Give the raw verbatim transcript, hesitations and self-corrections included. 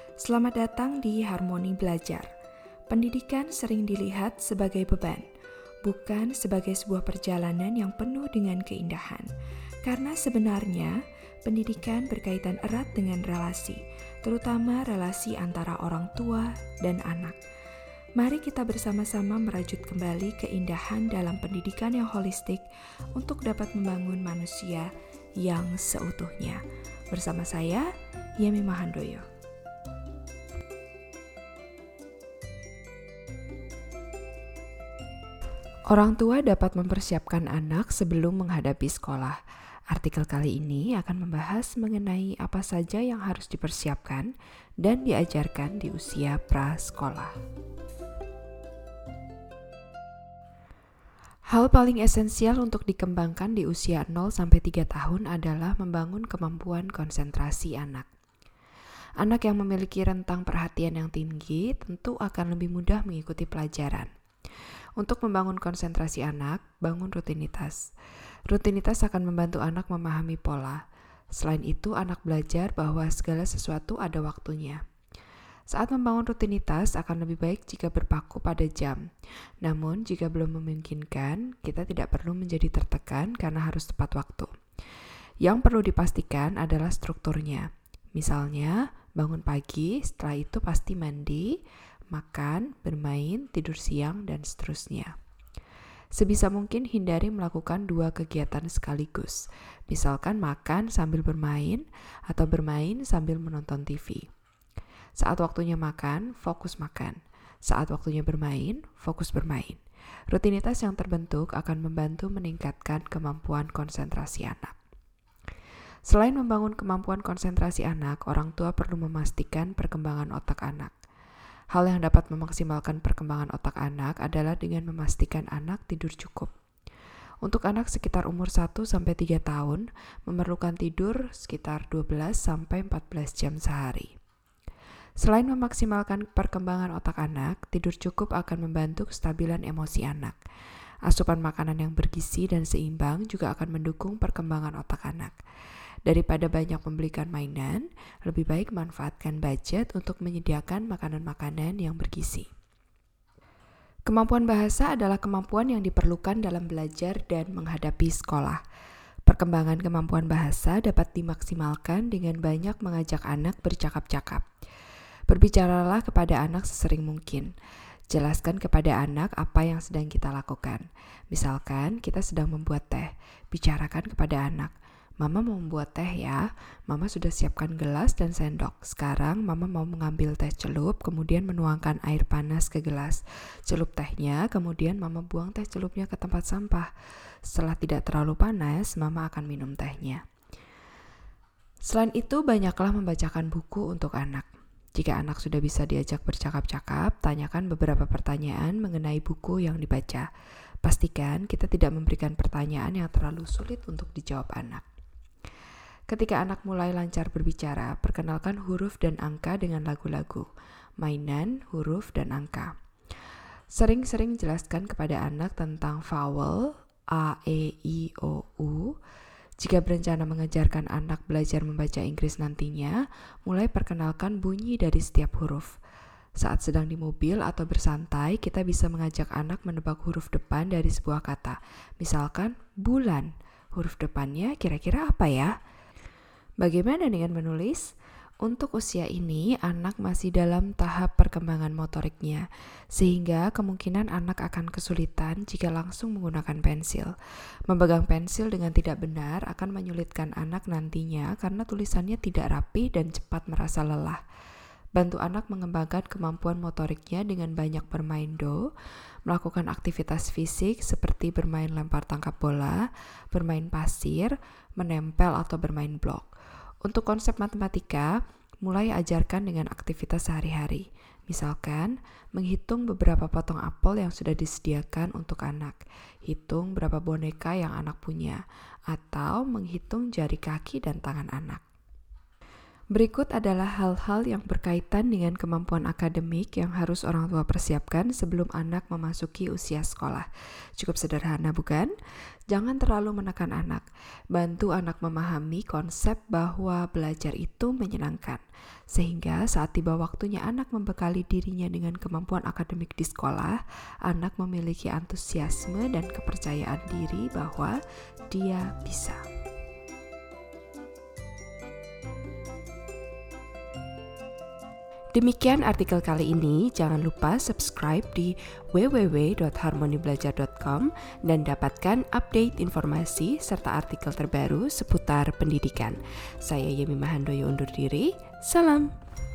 Selamat datang di Harmoni Belajar. Pendidikan sering dilihat sebagai beban, bukan sebagai sebuah perjalanan yang penuh dengan keindahan. Karena sebenarnya, pendidikan berkaitan erat dengan relasi, terutama relasi antara orang tua dan anak. Mari kita bersama-sama merajut kembali keindahan dalam pendidikan yang holistik untuk dapat membangun manusia yang seutuhnya. Bersama saya, Yemi Mahandoyo. Orang tua dapat mempersiapkan anak sebelum menghadapi sekolah. Artikel kali ini akan membahas mengenai apa saja yang harus dipersiapkan dan diajarkan di usia prasekolah. Hal paling esensial untuk dikembangkan di usia nol sampai tiga tahun adalah membangun kemampuan konsentrasi anak. Anak yang memiliki rentang perhatian yang tinggi tentu akan lebih mudah mengikuti pelajaran. Untuk membangun konsentrasi anak, bangun rutinitas. Rutinitas akan membantu anak memahami pola. Selain itu, anak belajar bahwa segala sesuatu ada waktunya. Saat membangun rutinitas akan lebih baik jika berpaku pada jam. Namun, jika belum memungkinkan, kita tidak perlu menjadi tertekan karena harus tepat waktu. Yang perlu dipastikan adalah strukturnya. Misalnya, bangun pagi, setelah itu pasti mandi, makan, bermain, tidur siang, dan seterusnya. Sebisa mungkin hindari melakukan dua kegiatan sekaligus. Misalkan makan sambil bermain atau bermain sambil menonton T V. Saat waktunya makan, fokus makan. Saat waktunya bermain, fokus bermain. Rutinitas yang terbentuk akan membantu meningkatkan kemampuan konsentrasi anak. Selain membangun kemampuan konsentrasi anak, orang tua perlu memastikan perkembangan otak anak. Hal yang dapat memaksimalkan perkembangan otak anak adalah dengan memastikan anak tidur cukup. Untuk anak sekitar umur satu sampai tiga tahun, memerlukan tidur sekitar dua belas sampai empat belas jam sehari. Selain memaksimalkan perkembangan otak anak, tidur cukup akan membantu kestabilan emosi anak. Asupan makanan yang bergizi dan seimbang juga akan mendukung perkembangan otak anak. Daripada banyak membelikan mainan, lebih baik manfaatkan budget untuk menyediakan makanan-makanan yang bergizi. Kemampuan bahasa adalah kemampuan yang diperlukan dalam belajar dan menghadapi sekolah. Perkembangan kemampuan bahasa dapat dimaksimalkan dengan banyak mengajak anak bercakap-cakap. Berbicaralah kepada anak sesering mungkin. Jelaskan kepada anak apa yang sedang kita lakukan. Misalkan kita sedang membuat teh, bicarakan kepada anak. Mama mau membuat teh ya, Mama sudah siapkan gelas dan sendok. Sekarang Mama mau mengambil teh celup, kemudian menuangkan air panas ke gelas. Celup tehnya, kemudian Mama buang teh celupnya ke tempat sampah. Setelah tidak terlalu panas, Mama akan minum tehnya. Selain itu, banyaklah membacakan buku untuk anak. Jika anak sudah bisa diajak bercakap-cakap, tanyakan beberapa pertanyaan mengenai buku yang dibaca. Pastikan kita tidak memberikan pertanyaan yang terlalu sulit untuk dijawab anak. Ketika anak mulai lancar berbicara, perkenalkan huruf dan angka dengan lagu-lagu, mainan, huruf, dan angka. Sering-sering jelaskan kepada anak tentang vowel, A, E, I, O, U. Jika berencana mengajarkan anak belajar membaca Inggris nantinya, mulai perkenalkan bunyi dari setiap huruf. Saat sedang di mobil atau bersantai, kita bisa mengajak anak menebak huruf depan dari sebuah kata. Misalkan, bulan. Huruf depannya kira-kira apa ya? Bagaimana dengan menulis? Untuk usia ini, anak masih dalam tahap perkembangan motoriknya, sehingga kemungkinan anak akan kesulitan jika langsung menggunakan pensil. Memegang pensil dengan tidak benar akan menyulitkan anak nantinya karena tulisannya tidak rapi dan cepat merasa lelah. Bantu anak mengembangkan kemampuan motoriknya dengan banyak bermain do, melakukan aktivitas fisik seperti bermain lempar tangkap bola, bermain pasir, menempel atau bermain blok. Untuk konsep matematika, mulai ajarkan dengan aktivitas sehari-hari. Misalkan, menghitung beberapa potong apel yang sudah disediakan untuk anak, hitung berapa boneka yang anak punya, atau menghitung jari kaki dan tangan anak. Berikut adalah hal-hal yang berkaitan dengan kemampuan akademik yang harus orang tua persiapkan sebelum anak memasuki usia sekolah. Cukup sederhana, bukan? Jangan terlalu menekan anak. Bantu anak memahami konsep bahwa belajar itu menyenangkan. Sehingga saat tiba waktunya anak membekali dirinya dengan kemampuan akademik di sekolah, anak memiliki antusiasme dan kepercayaan diri bahwa dia bisa. Demikian artikel kali ini. Jangan lupa subscribe di w w w dot harmoni belajar dot com dan dapatkan update informasi serta artikel terbaru seputar pendidikan. Saya Yemi Mahandoyo undur diri. Salam.